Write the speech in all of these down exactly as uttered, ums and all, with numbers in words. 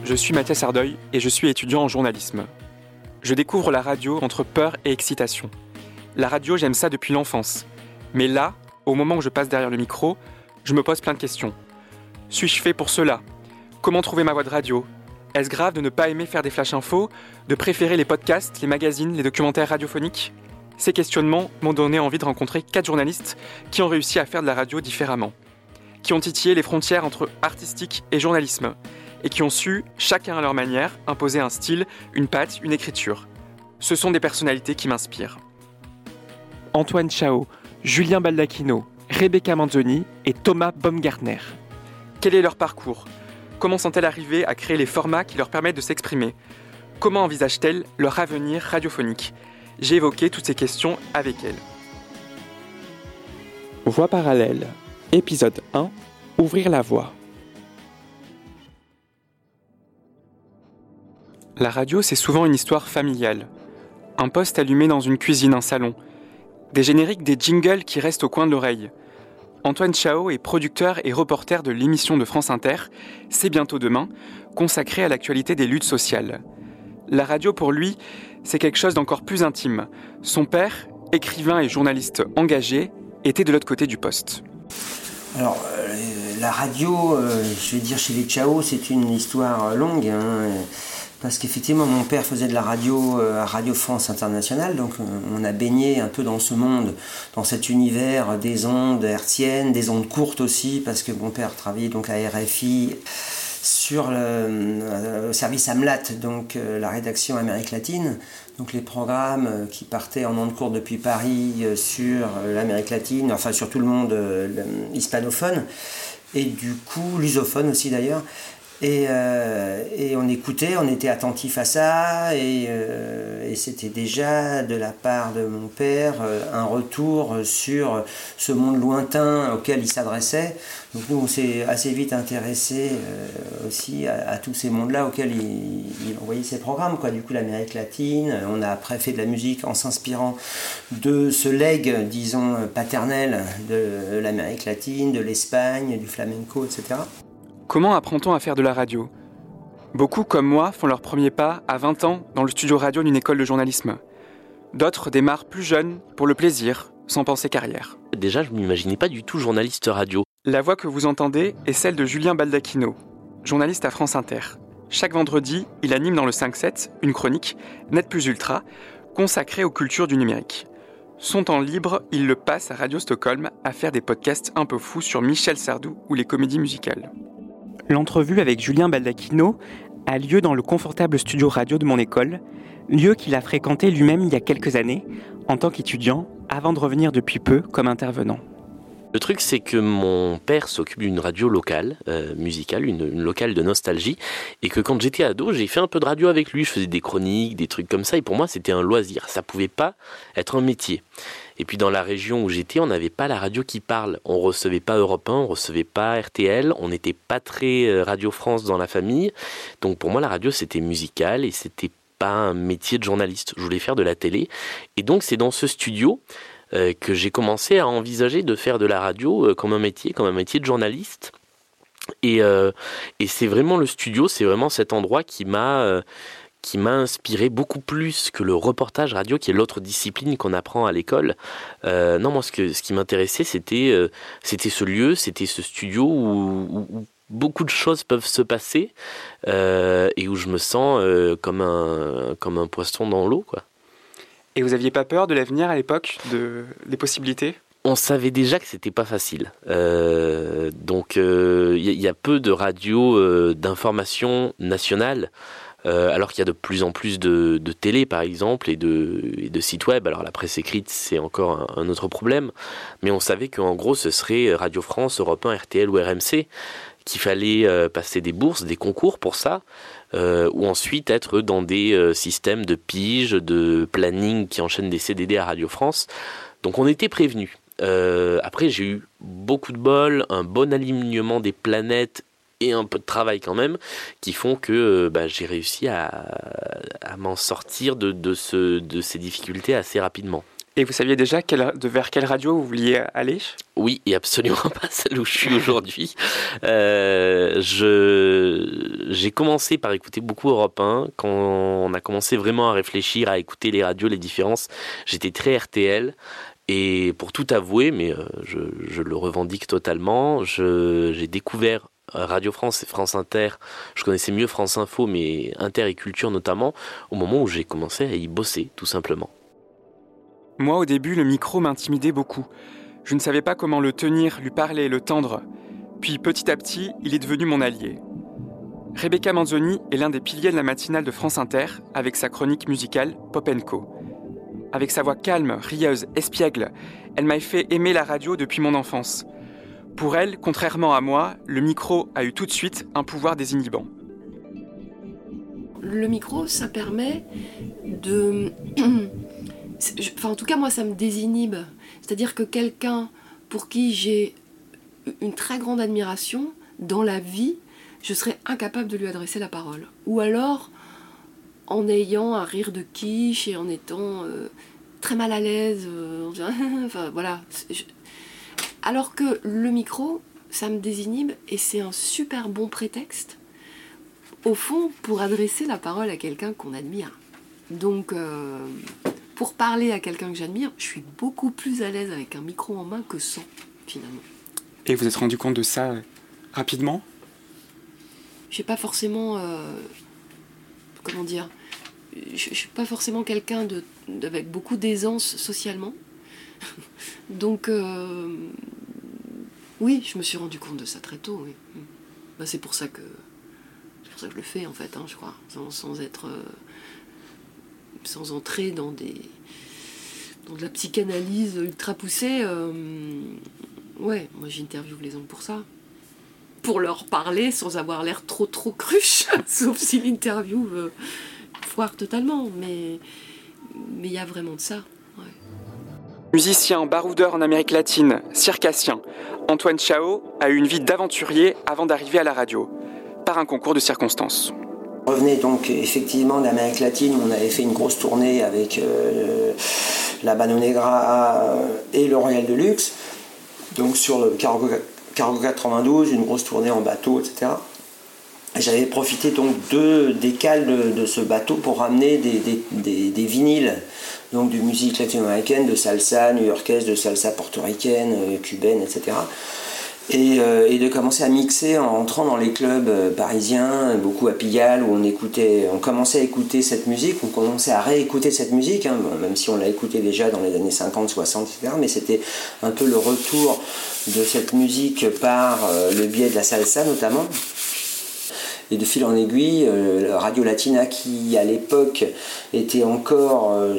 je suis Mathias Ardeuil et je suis étudiant en journalisme. Je découvre la radio entre peur et excitation. La radio, j'aime ça depuis l'enfance. Mais là, au moment où je passe derrière le micro, je me pose plein de questions. Suis-je fait pour cela ? Comment trouver ma voix de radio ? Est-ce grave de ne pas aimer faire des flash infos, de préférer les podcasts, les magazines, les documentaires radiophoniques ? Ces questionnements m'ont donné envie de rencontrer quatre journalistes qui ont réussi à faire de la radio différemment, qui ont titillé les frontières entre artistique et journalisme, et qui ont su, chacun à leur manière, imposer un style, une patte, une écriture. Ce sont des personnalités qui m'inspirent. Antoine Chao, Julien Baldacchino, Rebecca Manzoni et Thomas Baumgartner. Quel est leur parcours ? Comment sont-elles arrivées à créer les formats qui leur permettent de s'exprimer ? Comment envisagent-elles leur avenir radiophonique ? J'ai évoqué toutes ces questions avec elles. Voix parallèle, épisode un, Ouvrir la voie. La radio, c'est souvent une histoire familiale. Un poste allumé dans une cuisine, un salon. Des génériques, des jingles qui restent au coin de l'oreille. Antoine Chao est producteur et reporter de l'émission de France Inter, C'est bientôt demain, consacrée à l'actualité des luttes sociales. La radio, pour lui, c'est quelque chose d'encore plus intime. Son père, écrivain et journaliste engagé, était de l'autre côté du poste. Alors, euh, la radio, euh, je vais dire chez les Chao, c'est une histoire longue, hein, parce qu'effectivement, mon père faisait de la radio euh, à Radio France Internationale, donc euh, on a baigné un peu dans ce monde, dans cet univers des ondes hertziennes, des ondes courtes aussi, parce que mon père travaillait donc à R F I sur le euh, service AMLAT, donc euh, la rédaction Amérique latine, donc les programmes euh, qui partaient en ondes courtes depuis Paris euh, sur euh, l'Amérique latine, enfin sur tout le monde euh, hispanophone, et du coup lusophone aussi d'ailleurs. Et, euh, et on écoutait, on était attentif à ça, et, euh, et c'était déjà de la part de mon père euh, un retour sur ce monde lointain auquel il s'adressait. Donc nous, on s'est assez vite intéressés euh, aussi à, à tous ces mondes-là auxquels il, il envoyait ses programmes, quoi. Du coup, l'Amérique latine, on a après fait de la musique en s'inspirant de ce legs, disons, paternel de l'Amérique latine, de l'Espagne, du flamenco, et cetera. Comment apprend-on à faire de la radio ? Beaucoup, comme moi, font leur premier pas à vingt ans dans le studio radio d'une école de journalisme. D'autres démarrent plus jeunes, pour le plaisir, sans penser carrière. Déjà, je ne m'imaginais pas du tout journaliste radio. La voix que vous entendez est celle de Julien Baldacchino, journaliste à France Inter. Chaque vendredi, il anime dans le cinq sept une chronique, Net Plus Ultra, consacrée aux cultures du numérique. Son temps libre, il le passe à Radio Stockholm à faire des podcasts un peu fous sur Michel Sardou ou les comédies musicales. L'entrevue avec Julien Baldacchino a lieu dans le confortable studio radio de mon école, lieu qu'il a fréquenté lui-même il y a quelques années, en tant qu'étudiant, avant de revenir depuis peu comme intervenant. Le truc, c'est que mon père s'occupe d'une radio locale, euh, musicale, une, une locale de nostalgie, et que quand j'étais ado, j'ai fait un peu de radio avec lui, je faisais des chroniques, des trucs comme ça, et pour moi, c'était un loisir, ça pouvait pas être un métier. Et puis dans la région où j'étais, on n'avait pas la radio qui parle, on recevait pas Europe un, on recevait pas R T L, on n'était pas très Radio France dans la famille, donc pour moi, la radio, c'était musical, et c'était pas un métier de journaliste, je voulais faire de la télé, et donc c'est dans ce studio Euh, que j'ai commencé à envisager de faire de la radio euh, comme un métier, comme un métier de journaliste. Et, euh, et c'est vraiment le studio, c'est vraiment cet endroit qui m'a, euh, qui m'a inspiré beaucoup plus que le reportage radio, qui est l'autre discipline qu'on apprend à l'école. Euh, non, moi, ce, que, ce qui m'intéressait, c'était, euh, c'était ce lieu, c'était ce studio où, où, où beaucoup de choses peuvent se passer euh, et où je me sens euh, comme, un, comme un poisson dans l'eau, quoi. Et vous aviez pas peur de l'avenir à l'époque, de, des possibilités ? On savait déjà que c'était pas facile. Euh, donc il euh, y, y a peu de radios euh, d'information nationale, euh, alors qu'il y a de plus en plus de, de télé par exemple et de, et de sites web. Alors la presse écrite c'est encore un, un autre problème, mais on savait qu'en gros ce serait Radio France, Europe un, R T L ou R M C, qu'il fallait euh, passer des bourses, des concours pour ça. Euh, ou ensuite être dans des euh, systèmes de pige, de planning qui enchaînent des C D D à Radio France. Donc on était prévenus. Euh, après j'ai eu beaucoup de bol, un bon alignement des planètes et un peu de travail quand même, qui font que euh, bah, j'ai réussi à, à m'en sortir de, de, ce, de ces difficultés assez rapidement. Et vous saviez déjà quelle, de vers quelle radio vous vouliez aller ? Oui, et absolument pas celle où je suis aujourd'hui. Euh, je, j'ai commencé par écouter beaucoup Europe un. Quand on a commencé vraiment à réfléchir, à écouter les radios, les différences, j'étais très R T L. Et pour tout avouer, mais euh, je, je le revendique totalement, je, j'ai découvert Radio France et France Inter. Je connaissais mieux France Info, mais Inter et Culture notamment, au moment où j'ai commencé à y bosser, tout simplement. Moi, au début, le micro m'intimidait beaucoup. Je ne savais pas comment le tenir, lui parler, le tendre. Puis, petit à petit, il est devenu mon allié. Rebecca Manzoni est l'un des piliers de la matinale de France Inter, avec sa chronique musicale Pop and Co. Avec sa voix calme, rieuse, espiègle, elle m'a fait aimer la radio depuis mon enfance. Pour elle, contrairement à moi, le micro a eu tout de suite un pouvoir désinhibant. Le micro, ça permet de... Enfin, en tout cas, moi, ça me désinhibe. C'est-à-dire que quelqu'un pour qui j'ai une très grande admiration, dans la vie, je serais incapable de lui adresser la parole. Ou alors... en ayant un rire de quiche et en étant euh, très mal à l'aise. Euh, enfin, voilà. Je... Alors que le micro, ça me désinhibe et c'est un super bon prétexte, au fond, pour adresser la parole à quelqu'un qu'on admire. Donc, euh, pour parler à quelqu'un que j'admire, je suis beaucoup plus à l'aise avec un micro en main que sans, finalement. Et vous êtes rendu compte de ça euh, rapidement ? J'ai pas forcément... Euh, comment dire ? Je ne suis pas forcément quelqu'un de, avec beaucoup d'aisance socialement. Donc, euh, oui, je me suis rendu compte de ça très tôt. Oui. Ben, c'est pour ça que c'est pour ça que je le fais, en fait, hein, je crois. Sans, sans être... Euh, sans entrer dans des... dans de la psychanalyse ultra poussée. Euh, ouais, moi j'interviewe les gens pour ça. Pour leur parler sans avoir l'air trop trop cruche. Sauf si l'interview... Euh, foire totalement, mais mais il y a vraiment de ça. Ouais. Musicien, baroudeur en Amérique latine, circassien, Antoine Chao a eu une vie d'aventurier avant d'arriver à la radio, par un concours de circonstances. On revenait donc effectivement d'Amérique latine, où on avait fait une grosse tournée avec euh, la Bano Negra et le Royal de Luxe, donc sur le Cargo, Cargo quatre-vingt-douze, une grosse tournée en bateau, et cetera. J'avais profité donc de, des cales de, de ce bateau pour ramener des, des, des, des vinyles, donc de musique latino-américaine, de salsa new-yorkaise, de salsa portoricaine, euh, cubaine, et cetera. Et, euh, et de commencer à mixer en entrant dans les clubs euh, parisiens, beaucoup à Pigalle, où on écoutait, on commençait à écouter cette musique, on commençait à réécouter cette musique, hein, bon, même si on l'a écouté déjà dans les années cinquante, soixante, et cetera. Mais c'était un peu le retour de cette musique par euh, le biais de la salsa notamment. Et de fil en aiguille, euh, Radio Latina, qui à l'époque était encore euh,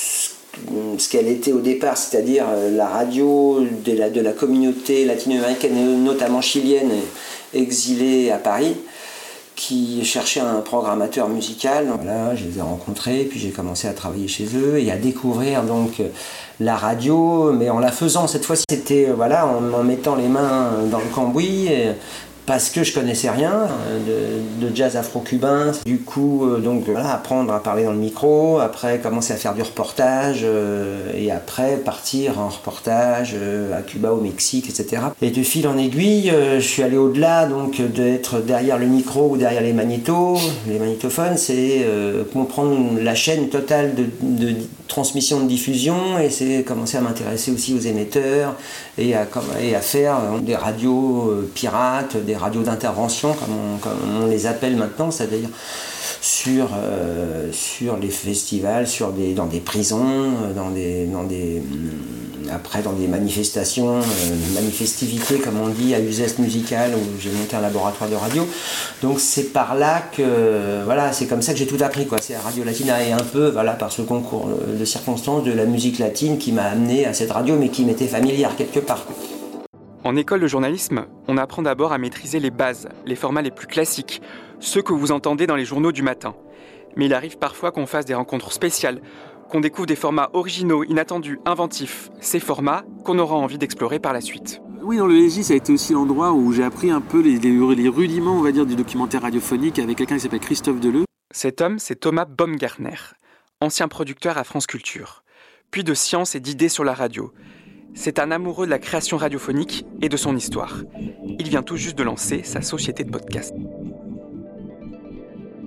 ce qu'elle était au départ, c'est-à-dire euh, la radio de la, de la communauté latino-américaine, notamment chilienne, exilée à Paris, qui cherchait un programmateur musical. Voilà, je les ai rencontrés, puis j'ai commencé à travailler chez eux et à découvrir donc la radio, mais en la faisant cette fois, c'était voilà, en, en mettant les mains dans le cambouis. Et, parce que je connaissais rien de, de jazz afro-cubain. Du coup, euh, donc voilà, apprendre à parler dans le micro, après commencer à faire du reportage, euh, et après partir en reportage euh, à Cuba, au Mexique, et cetera. Et de fil en aiguille, euh, je suis allé au-delà donc d'être derrière le micro ou derrière les magnétos. Les magnétophones, c'est euh, comprendre la chaîne totale de, de transmission de diffusion, et c'est commencer à m'intéresser aussi aux émetteurs et à, et à faire des radios euh, pirates, des radios d'intervention comme on, comme on les appelle maintenant, c'est-à-dire sur, euh, sur les festivals, sur des, dans des prisons, dans des, dans des, après dans des manifestations, euh, manifestivités comme on dit à Uzès Musical, où j'ai monté un laboratoire de radio. Donc c'est par là que, voilà, c'est comme ça que j'ai tout appris, quoi. C'est à Radio Latina, et un peu voilà, par ce concours de circonstances de la musique latine qui m'a amené à cette radio, mais qui m'était familière quelque part. En école de journalisme, on apprend d'abord à maîtriser les bases, les formats les plus classiques, ceux que vous entendez dans les journaux du matin. Mais il arrive parfois qu'on fasse des rencontres spéciales, qu'on découvre des formats originaux, inattendus, inventifs, ces formats qu'on aura envie d'explorer par la suite. Oui, dans le L J, ça a été aussi l'endroit où j'ai appris un peu les, les, les rudiments, on va dire, du documentaire radiophonique avec quelqu'un qui s'appelle Christophe Deleu. Cet homme, c'est Thomas Baumgartner, ancien producteur à France Culture, puis de science et d'idées sur la radio. C'est un amoureux de la création radiophonique et de son histoire. Il vient tout juste de lancer sa société de podcast.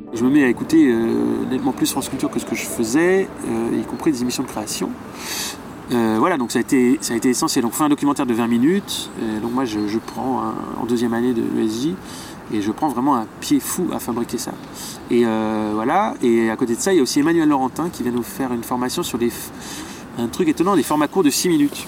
Je me mets à écouter euh, nettement plus France Culture que ce que je faisais, euh, y compris des émissions de création. Euh, voilà, donc ça a été, ça a été essentiel. Donc, on fait un documentaire de vingt minutes. Euh, donc, moi, je, je prends un, en deuxième année de l'E S J et je prends vraiment un pied fou à fabriquer ça. Et euh, voilà. Et à côté de ça, il y a aussi Emmanuel Laurentin qui vient nous faire une formation sur les, un truc étonnant, des formats courts de six minutes.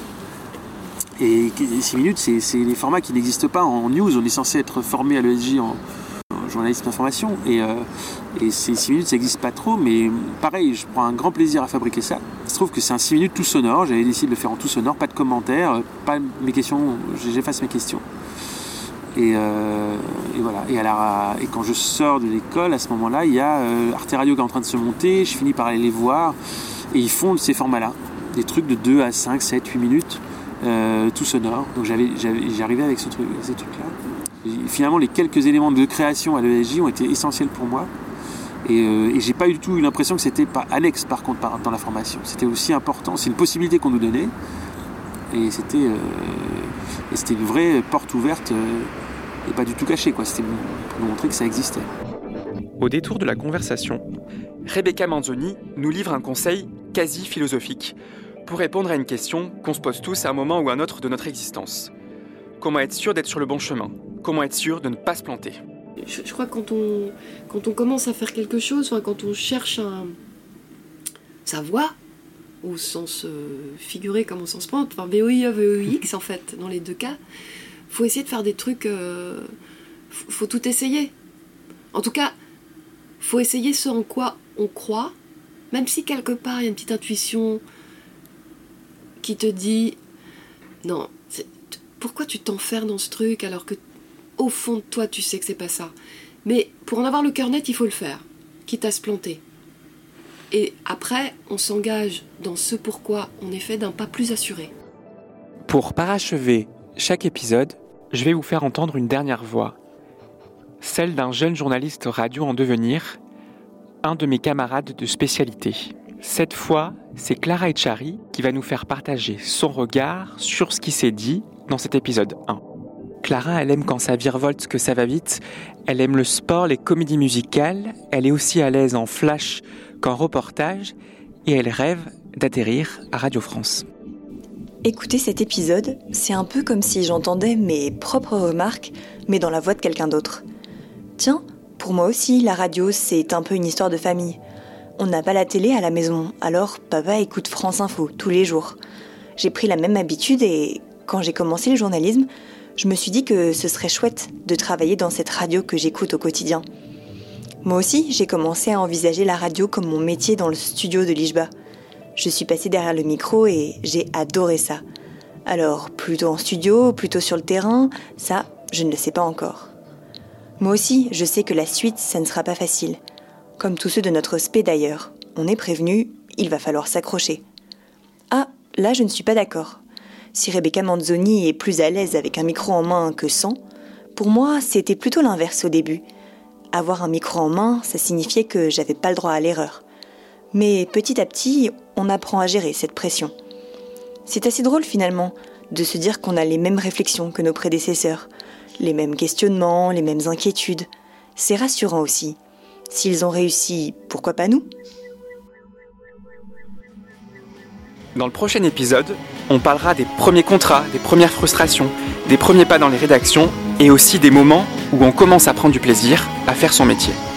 Et six minutes, c'est, c'est des formats qui n'existent pas en news. On est censé être formé à l'E S J en, en journalisme d'information. Et, euh, et ces six minutes, ça n'existe pas trop. Mais pareil, je prends un grand plaisir à fabriquer ça. Il se trouve que c'est un six minutes tout sonore. J'avais décidé de le faire en tout sonore, pas de commentaires, pas mes questions, j'efface mes questions. Et, euh, et voilà. Et, à la, et quand je sors de l'école, à ce moment-là, il y a euh, Arte Radio qui est en train de se monter. Je finis par aller les voir. Et ils font ces formats-là. Des trucs de deux à cinq, sept, huit minutes. Euh, tout sonore, donc j'avais, j'avais, j'arrivais avec ce truc, ces trucs-là. Et finalement, les quelques éléments de création à l'E S J ont été essentiels pour moi, et, euh, et j'ai pas du tout eu l'impression que c'était pas annexe par contre par, dans la formation. C'était aussi important, c'est une possibilité qu'on nous donnait, et c'était, euh, et c'était une vraie porte ouverte euh, et pas du tout cachée, quoi. C'était pour nous montrer que ça existait. Au détour de la conversation, Rebecca Manzoni nous livre un conseil quasi philosophique pour répondre à une question qu'on se pose tous à un moment ou à un autre de notre existence. Comment être sûr d'être sur le bon chemin ? Comment être sûr de ne pas se planter ? Je, je crois que quand on, quand on commence à faire quelque chose, enfin, quand on cherche un, sa voie, au sens euh, figuré comme au sens propre, enfin V O I E, V O X en fait, dans les deux cas, faut essayer de faire des trucs, euh, faut, faut tout essayer. En tout cas, faut essayer ce en quoi on croit, même si quelque part il y a une petite intuition qui te dit non, c'est, pourquoi tu t'enfermes dans ce truc alors que au fond de toi tu sais que c'est pas ça. Mais pour en avoir le cœur net, il faut le faire, quitte à se planter. Et après, on s'engage dans ce pourquoi on est fait d'un pas plus assuré. Pour parachever chaque épisode, je vais vous faire entendre une dernière voix, celle d'un jeune journaliste radio en devenir, un de mes camarades de spécialité. Cette fois, c'est Clara Etchari qui va nous faire partager son regard sur ce qui s'est dit dans cet épisode un. Clara, elle aime quand ça virevolte, que ça va vite. Elle aime le sport, les comédies musicales. Elle est aussi à l'aise en flash qu'en reportage. Et elle rêve d'atterrir à Radio France. Écouter cet épisode, c'est un peu comme si j'entendais mes propres remarques, mais dans la voix de quelqu'un d'autre. Tiens, pour moi aussi, la radio, c'est un peu une histoire de famille. On n'a pas la télé à la maison, alors papa écoute France Info tous les jours. J'ai pris la même habitude et quand j'ai commencé le journalisme, je me suis dit que ce serait chouette de travailler dans cette radio que j'écoute au quotidien. Moi aussi, j'ai commencé à envisager la radio comme mon métier dans le studio de l'I J B A. Je suis passée derrière le micro et j'ai adoré ça. Alors, plutôt en studio, plutôt sur le terrain, ça, je ne le sais pas encore. Moi aussi, je sais que la suite, ça ne sera pas facile. Comme tous ceux de notre spé d'ailleurs. On est prévenu, il va falloir s'accrocher. Ah, là je ne suis pas d'accord. Si Rebecca Manzoni est plus à l'aise avec un micro en main que sans, pour moi c'était plutôt l'inverse au début. Avoir un micro en main, ça signifiait que j'avais pas le droit à l'erreur. Mais petit à petit, on apprend à gérer cette pression. C'est assez drôle finalement, de se dire qu'on a les mêmes réflexions que nos prédécesseurs, les mêmes questionnements, les mêmes inquiétudes. C'est rassurant aussi. S'ils ont réussi, pourquoi pas nous ? Dans le prochain épisode, on parlera des premiers contrats, des premières frustrations, des premiers pas dans les rédactions et aussi des moments où on commence à prendre du plaisir à faire son métier.